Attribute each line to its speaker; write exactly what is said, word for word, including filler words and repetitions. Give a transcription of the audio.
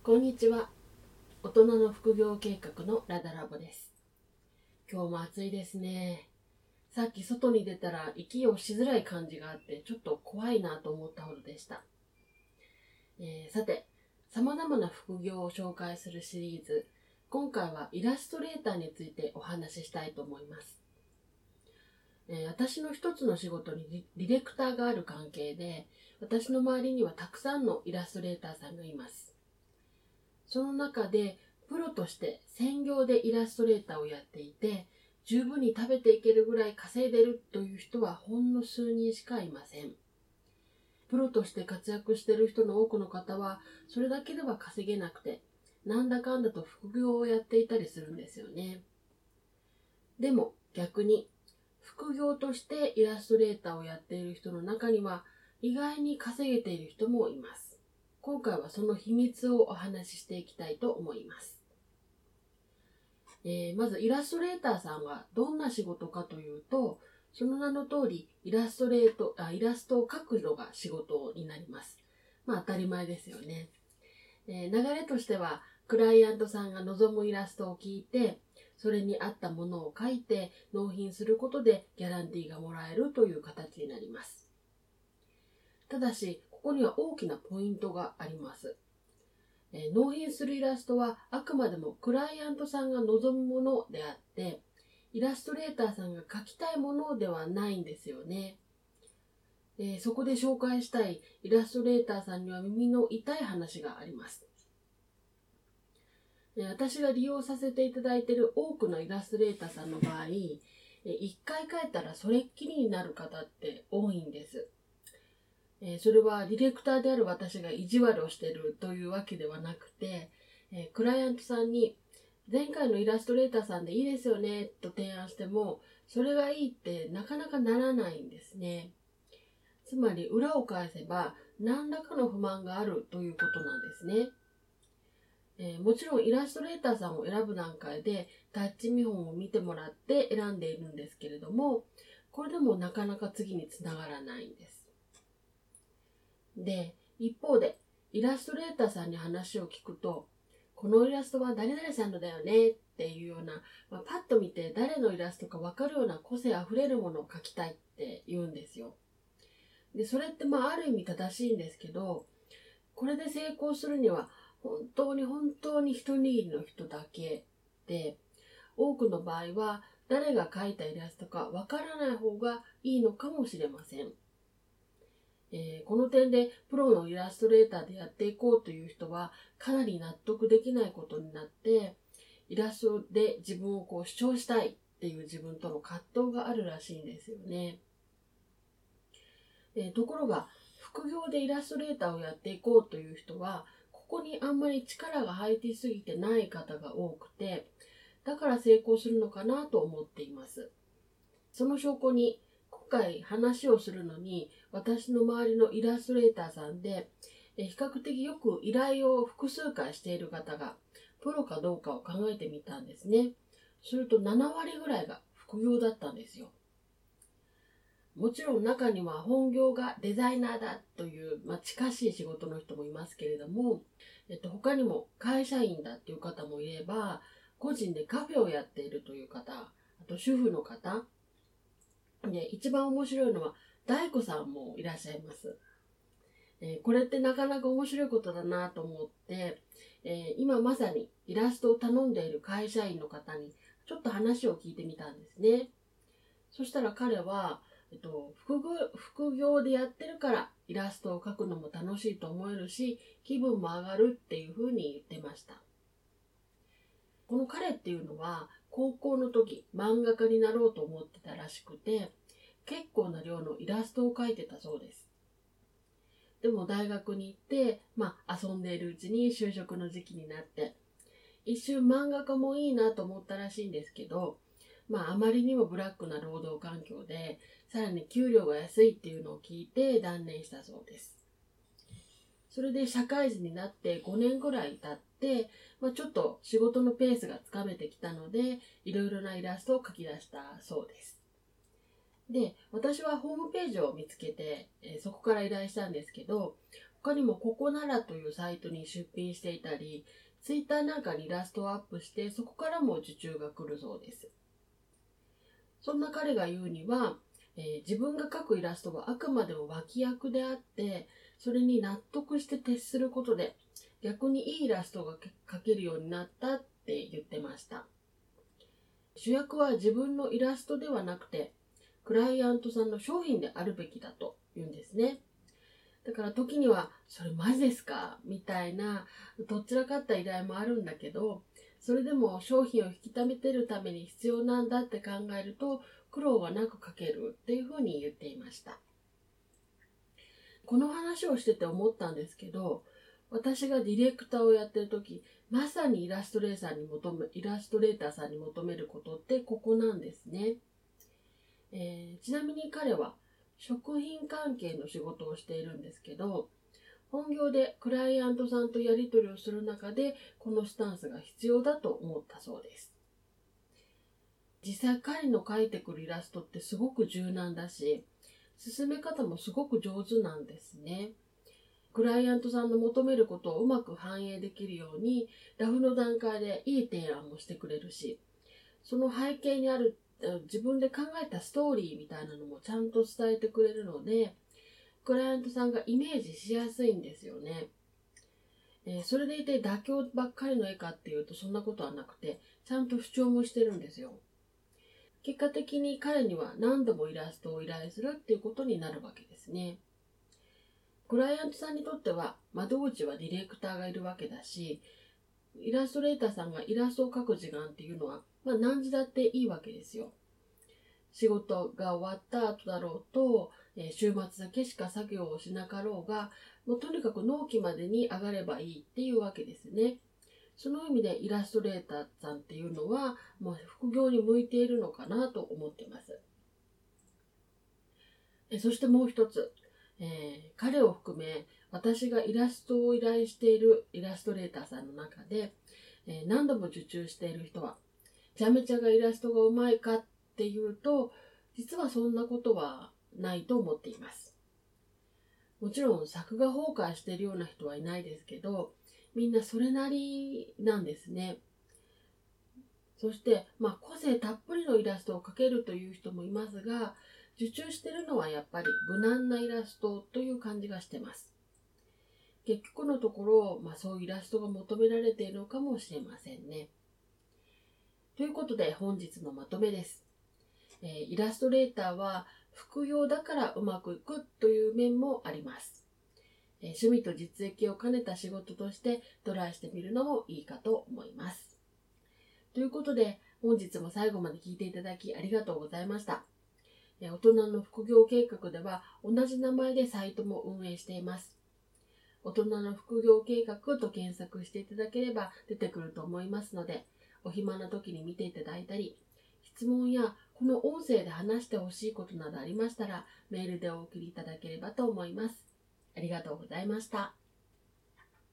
Speaker 1: こんにちは。大人の副業計画のラダラボです。今日も暑いですね。さっき外に出たら息をしづらい感じがあってちょっと怖いなと思ったほどでした。えー、さて、様々な副業を紹介するシリーズ、今回はイラストレーターについてお話ししたいと思います。えー、私の一つの仕事にディレクターがある関係で、私の周りにはたくさんのイラストレーターさんがいます。その中でプロとして専業でイラストレーターをやっていて、十分に食べていけるぐらい稼いでるという人はほんの数人しかいません。プロとして活躍している人の多くの方はそれだけでは稼げなくて、なんだかんだと副業をやっていたりするんですよね。でも逆に副業としてイラストレーターをやっている人の中には意外に稼げている人もいます。今回はその秘密をお話ししていきたいと思います。えー、まずイラストレーターさんはどんな仕事かというと、その名の通りイラストレートあイラストを描くのが仕事になります。まあ当たり前ですよね。えー、流れとしてはクライアントさんが望むイラストを聞いて、それに合ったものを描いて納品することでギャランティーがもらえるという形になります。ただしここには大きなポイントがあります。えー、納品するイラストはあくまでもクライアントさんが望むものであって、イラストレーターさんが描きたいものではないんですよね。えー、そこで紹介したいイラストレーターさんには耳の痛い話があります。私が利用させていただいている多くのイラストレーターさんの場合、いっかい描いたらそれっきりになる方って多いんです。それはディレクターである私が意地悪をしているというわけではなくて、クライアントさんに前回のイラストレーターさんでいいですよねと提案しても、それがいいってなかなかならないんですね。つまり裏を返せば何らかの不満があるということなんですね。えー、もちろんイラストレーターさんを選ぶ段階でタッチ見本を見てもらって選んでいるんですけれども、これでもなかなか次につながらないんです。で、一方でイラストレーターさんに話を聞くと、このイラストは誰々さんのだよねっていうような、まあ、パッと見て誰のイラストか分かるような個性あふれるものを描きたいって言うんですよ。で、それってまあある意味正しいんですけど、これで成功するには本当に本当に一握りの人だけで、多くの場合は誰が描いたイラストかわからない方がいいのかもしれません。えー、この点でプロのイラストレーターでやっていこうという人はかなり納得できないことになって、イラストで自分をこう主張したいっていう自分との葛藤があるらしいんですよね。えー、ところが副業でイラストレーターをやっていこうという人はここにあんまり力が入りすぎてない方が多くて、だから成功するのかなと思っています。その証拠に今回話をするのに私の周りのイラストレーターさんで比較的よく依頼を複数回している方がプロかどうかを考えてみたんですね。するとななわりぐらいが副業だったんですよ。もちろん中には本業がデザイナーだという、まあ、近しい仕事の人もいますけれども、えっと、他にも会社員だっていう方もいれば、個人でカフェをやっているという方、あと主婦の方で、一番面白いのは大工さんもいらっしゃいます。えー、これってなかなか面白いことだなと思って、えー、今まさにイラストを頼んでいる会社員の方にちょっと話を聞いてみたんですね。そしたら彼はえっと、副業、副業でやってるからイラストを描くのも楽しいと思えるし気分も上がるっていうふうに言ってました。この彼っていうのは高校の時漫画家になろうと思ってたらしくて、結構な量のイラストを描いてたそうです。でも大学に行って、まあ、遊んでいるうちに就職の時期になって一瞬漫画家もいいなと思ったらしいんですけど、まあ、あまりにもブラックな労働環境でさらに給料が安いっていうのを聞いて断念したそうです。それで社会人になってごねんぐらい経って、まあ、ちょっと仕事のペースがつかめてきたのでいろいろなイラストを描き出したそうです。で、私はホームページを見つけて、えー、そこから依頼したんですけど、 他にもここならというサイトに出品していたり、ツイッターなんかにイラストをアップして、そこからも受注が来るそうです。そんな彼が言うには、えー、自分が描くイラストはあくまでも脇役であって、それに納得して徹することで、逆にいいイラストが描けるようになったって言ってました。主役は自分のイラストではなくて、クライアントさんの商品であるべきだと言うんですね。だから時には、それマジですかみたいな、どちらかった依頼もあるんだけど、それでも商品を引き止めてるために必要なんだって考えると、苦労はなく描けるっていうふうに言っていました。この話をしてて思ったんですけど、私がディレクターをやってる時、まさにイラストレーターに求め、イラストレーターさんに求めることってここなんですね。えー、ちなみに彼は食品関係の仕事をしているんですけど、本業でクライアントさんとやり取りをする中でこのスタンスが必要だと思ったそうです。実際彼の描いてくるイラストってすごく柔軟だし、進め方もすごく上手なんですね。クライアントさんの求めることをうまく反映できるように、ラフの段階でいい提案もしてくれるし、その背景にある自分で考えたストーリーみたいなのもちゃんと伝えてくれるので、クライアントさんがイメージしやすいんですよね。えー、それでいて妥協ばっかりの絵かっていうとそんなことはなくて、ちゃんと主張もしてるんですよ。結果的に彼には何度もイラストを依頼するっていうことになるわけですね。クライアントさんにとっては窓口はディレクターがいるわけだし、イラストレーターさんがイラストを描く時間っていうのは、まあ、何時だっていいわけですよ。仕事が終わった後だろうと、えー、週末だけしか作業をしなかろうが、もうとにかく納期までに上がればいいっていうわけですね。その意味でイラストレーターさんっていうのはもう副業に向いているのかなと思っています。えそしてもう一つ、えー、彼を含め私がイラストを依頼しているイラストレーターさんの中で、えー、何度も受注している人はめちゃめちゃがイラストがうまいかっていうと、実はそんなことはないと思っています。もちろん作画崩壊しているような人はいないですけど、みんなそれなりなんですね。そして、まあ、個性たっぷりのイラストを描けるという人もいますが、受注しているのはやっぱり無難なイラストという感じがしてます。結局のところ、まあ、そういうイラストが求められているのかもしれませんね。ということで本日のまとめです。えー、イラストレーターは副業だからうまくいくという面もあります。えー、趣味と実益を兼ねた仕事としてトライしてみるのもいいかと思います。ということで本日も最後まで聞いていただきありがとうございました。えー、大人の副業計画では同じ名前でサイトも運営しています。大人の副業計画と検索していただければ出てくると思いますので、お暇な時に見ていただいたり、質問やこの音声で話してほしいことなどありましたらメールでお送りいただければと思います。ありがとうございました。